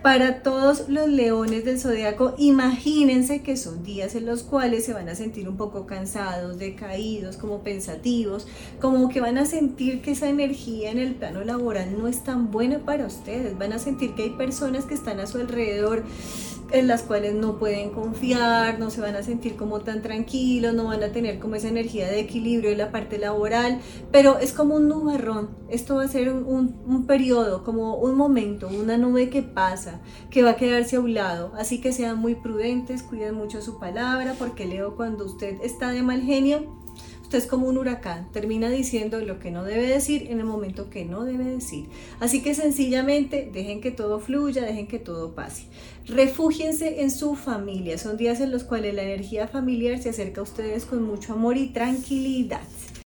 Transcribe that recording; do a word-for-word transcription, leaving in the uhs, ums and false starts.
Para todos los leones del zodiaco, imagínense que son días en los cuales se van a sentir un poco cansados, decaídos, como pensativos, como que van a sentir que esa energía en el plano laboral no es tan buena para ustedes. Van a sentir que hay personas que están a su alrededor en las cuales no pueden confiar, no se van a sentir como tan tranquilos, no van a tener como esa energía de equilibrio en la parte laboral, pero es como un nubarrón. Esto va a ser un, un, un periodo, como un momento, una nube que pasa, que va a quedarse a un lado, así que sean muy prudentes, cuiden mucho su palabra, porque Leo, cuando usted está de mal genio, usted es como un huracán, termina diciendo lo que no debe decir en el momento que no debe decir. Así que sencillamente dejen que todo fluya, dejen que todo pase. Refúgiense en su familia. Son días en los cuales la energía familiar se acerca a ustedes con mucho amor y tranquilidad.